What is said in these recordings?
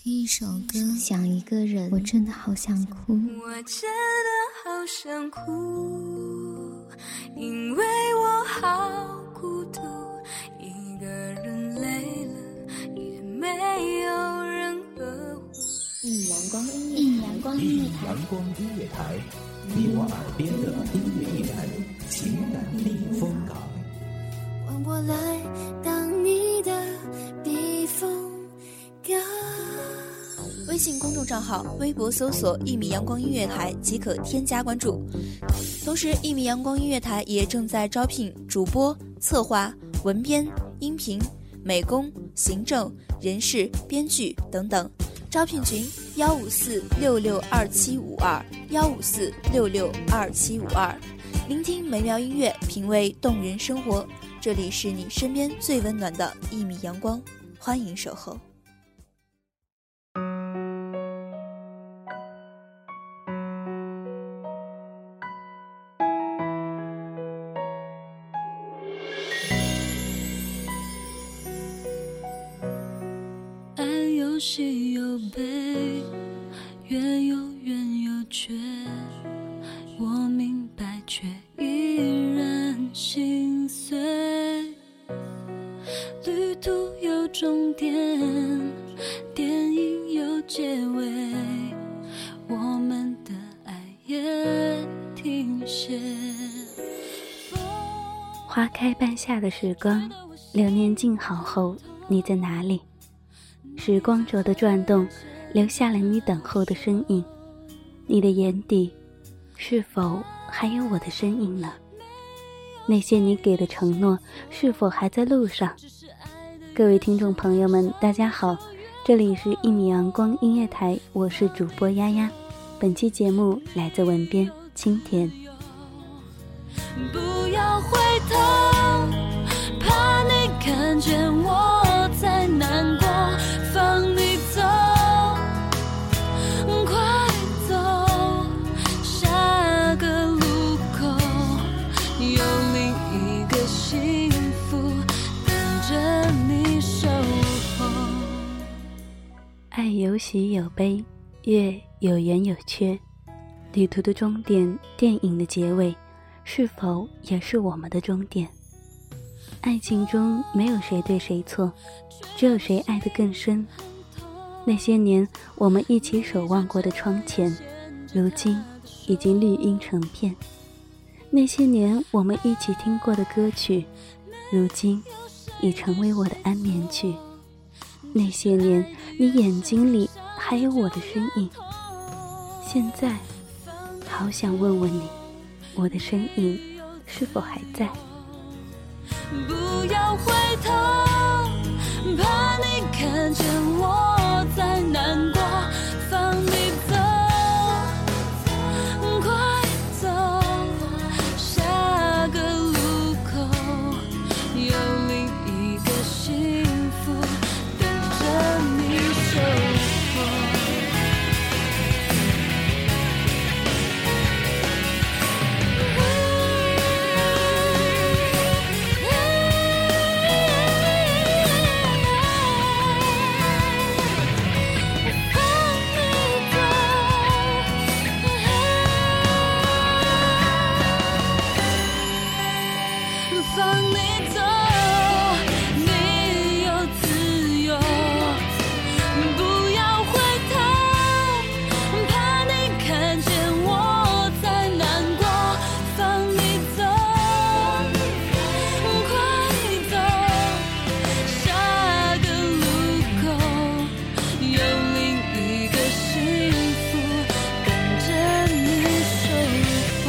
一首歌，想一个人，我真的好想哭。 我真的好想哭，因为我好孤独，一个人累了也没有人呵护。 一米阳光音乐台，你我耳边的音乐驿站，情感避风港。 换我来当你的避风港。 微信公众账号、微博搜索“一米阳光音乐台”即可添加关注。同时，一米阳光音乐台也正在招聘主播、策划、文编、音频、美工、行政、人事、编剧等等。招聘群154662752，154662752。聆听美妙音乐，品味动人生活。这里是你身边最温暖的一米阳光，欢迎守候。 爱有喜有悲，缘有圆有缺，我明白却依然心碎。旅途有终点，电影有结尾，我们的爱也停歇。 花开半夏的时光，流年静好后，你在哪里？时光轴的转动，留下了你等候的身影。你的眼底，是否还有我的身影呢？那些你给的承诺，是否还在路上？各位听众朋友们，大家好，这里是一米阳光音乐台，我是主播丫丫。本期节目来自文编清甜。 不要回头，怕你看见我在难过，放你走，快走，下个路口有另一个幸福等着你守候。 爱有喜有悲，月有圆有缺，旅途的终点，电影的结尾，是否也是我们的终点？爱情中没有谁对谁错，只有谁爱得更深。那些年我们一起守望过的窗前，如今已经绿荫成片。那些年我们一起听过的歌曲，如今已成为我的安眠曲。那些年你眼睛里还有我的身影，现在好想问问你，我的身影是否还在？ 不要回头，怕你看见我在难过，放你走，快走，下个路口有另一个幸福等着你守候。放你走，你有自由，不要回头，怕你看见我在难过，放你走，快走，下个路口有另一个幸福等着你守候。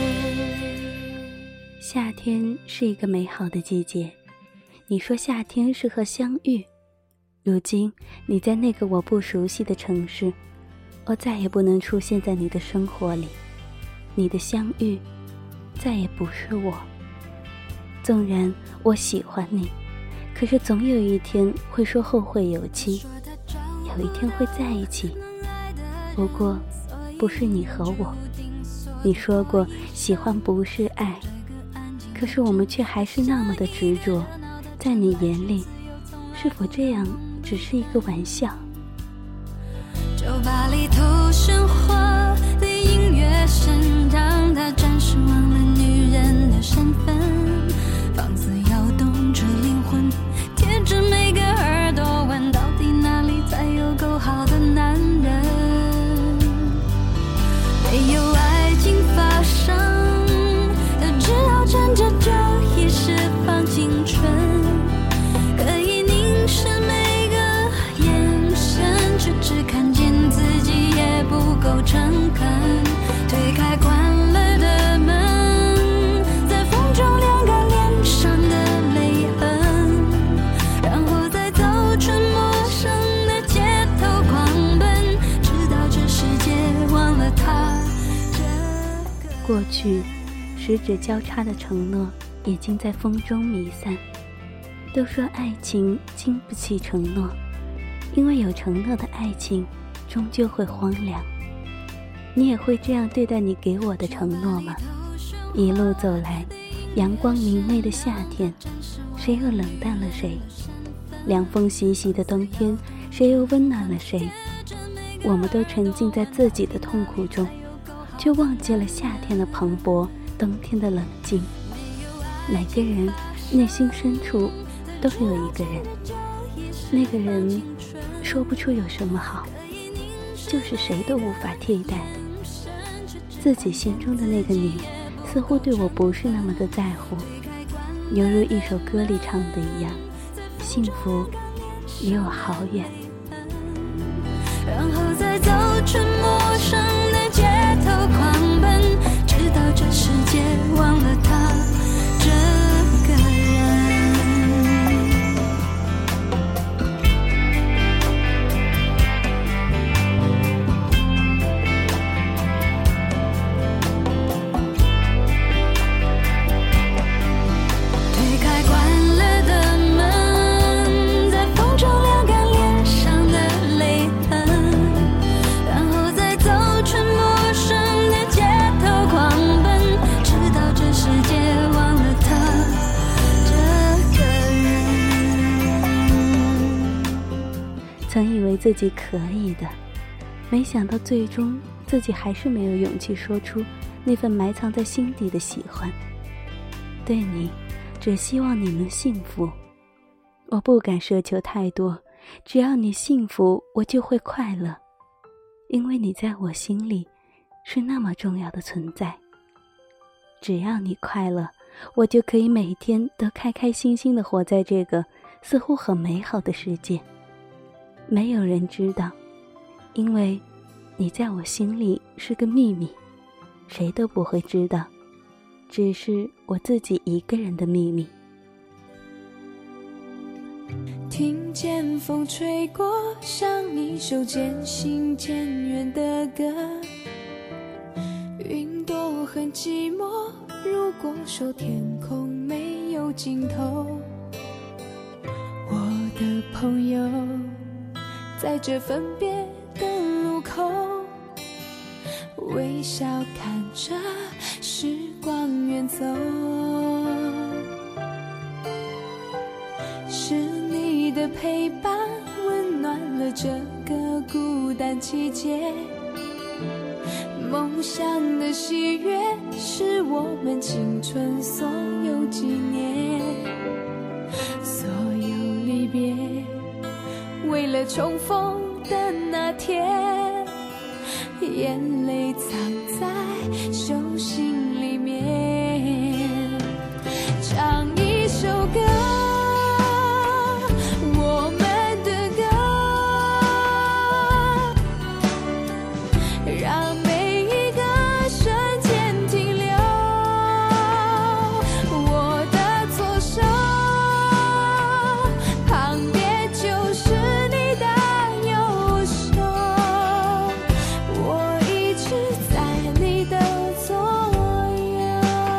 夏天是一个美好的季节，你说夏天适合相遇，如今你在那个我不熟悉的城市，我再也不能出现在你的生活里，你的相遇再也不是我。纵然我喜欢你，可是总有一天会说后会有期，有一天会在一起，不过不是你和我。你说过喜欢不是爱，可是我们却还是那么的执着，在你眼里，是否这样只是一个玩笑？ 酒吧里头喧哗的音乐声，让他暂时忘了女人的身份。房子摇动着灵魂，贴着每个耳朵，问到底哪里才有够好的男人？没有爱情发生，他只好趁着这一释放青春，可以凝视每个眼神，却只看见自己也不够诚恳。推开关了的门，在风中晾干脸上的泪痕，然后再走出陌生的街头狂奔，直到这世界忘了他。 过去十指交叉的承诺已经在风中弥散。都说爱情经不起承诺，因为有承诺的爱情终究会荒凉。你也会这样对待你给我的承诺吗？一路走来，阳光明媚的夏天，谁又冷淡了谁？凉风习习的冬天，谁又温暖了谁？我们都沉浸在自己的痛苦中，却忘记了夏天的磅礴，冬天的冷静。每个人内心深处都有一个人，那个人说不出有什么好，就是谁都无法替代。自己心中的那个你，似乎对我不是那么的在乎，犹如一首歌里唱的一样，幸福离我好远。 然后再走出陌生的街头狂奔，直到这世界忘了他这个人。推开关了的门，在风中晾干脸上的泪痕，然后再走出陌生的街头狂奔，直到这世界忘了他这个人。 曾以为自己可以的，没想到最终自己还是没有勇气说出那份埋藏在心底的喜欢。对你，只希望你能幸福，我不敢奢求太多，只要你幸福，我就会快乐，因为你在我心里是那么重要的存在。只要你快乐，我就可以每天都开开心心地活在这个似乎很美好的世界。没有人知道，因为你在我心里是个秘密，谁都不会知道，只是我自己一个人的秘密。 听见风吹过，像一首渐行渐远的歌，云朵很寂寞，如果说天空没有尽头，我的朋友在这分别的路口，微笑看着时光远走，是你的陪伴温暖了这个孤单季节，梦想的喜悦是我们青春所有纪念，所有离别为了重逢的那天，眼泪藏在手心里面，唱一首歌，我们的歌，让每一个瞬间停留，我的左手旁边就是你的右手，我一直在你的左右。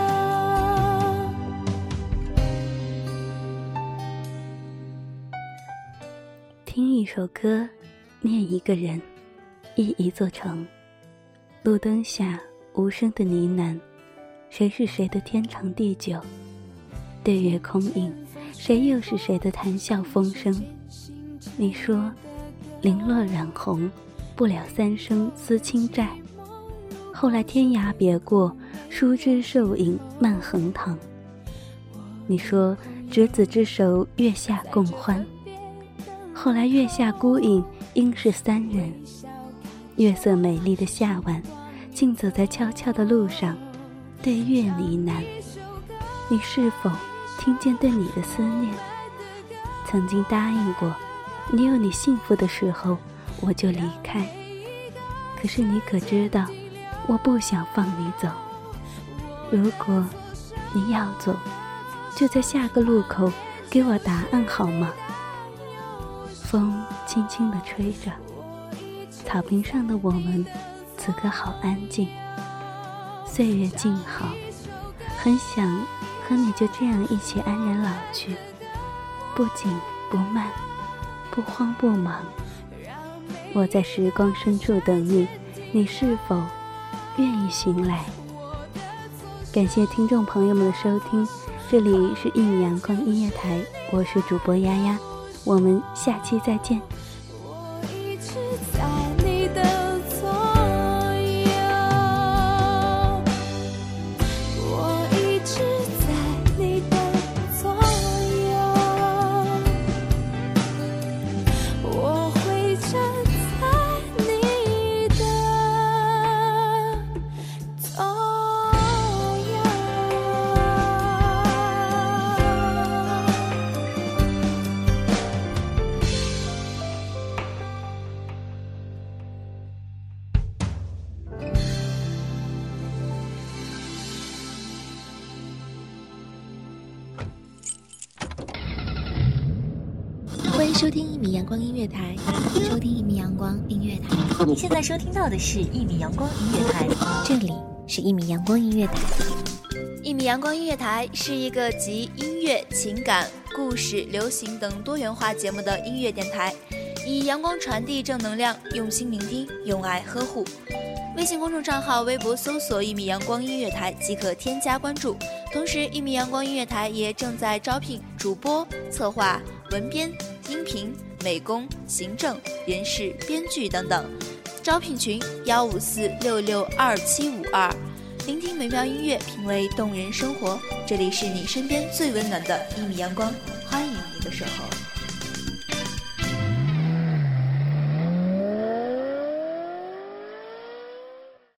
听一首歌，念一个人，忆一座城。路灯下无声的呢喃，谁是谁的天长地久？对月空影，谁又是谁的谈笑风生？你说零落染红， 不了三生思亲债。后来天涯别过，疏枝瘦影慢横塘。你说执子之手，月下共欢。后来月下孤影，应是三人。月色美丽的夏晚，竟走在悄悄的路上，对月呢喃。你是否听见对你的思念？曾经答应过，你有你幸福的时候，我就离开。可是你可知道，我不想放你走。如果你要走，就在下个路口给我答案好吗？风轻轻地吹着，草坪上的我们此刻好安静，岁月静好，很想和你就这样一起安然老去，不紧不慢，不慌不忙。我在时光深处等你，你是否愿意醒来？感谢听众朋友们的收听，这里是1米阳光音乐台，我是主播丫丫，我们下期再见。 我一直在你的左右，我一直在你的左右，我会站在你的左右。 欢迎收听1米阳光音乐台， 收听1米阳光音乐台， 你现在收听到的是1米阳光音乐台， 这里是1米阳光音乐台。 1米阳光音乐台是一个集音乐、情感、故事、流行等多元化节目的音乐电台，以阳光传递正能量，用心聆听，用爱呵护。微信公众账号、微博搜索1米阳光音乐台即可添加关注。同时1米阳光音乐台也正在招聘主播、策划、文编、音频、美工、行政、人事、编剧等等。招聘群154662752。聆听美妙音乐，品味动人生活。这里是你身边最温暖的1米阳光，欢迎你的守候。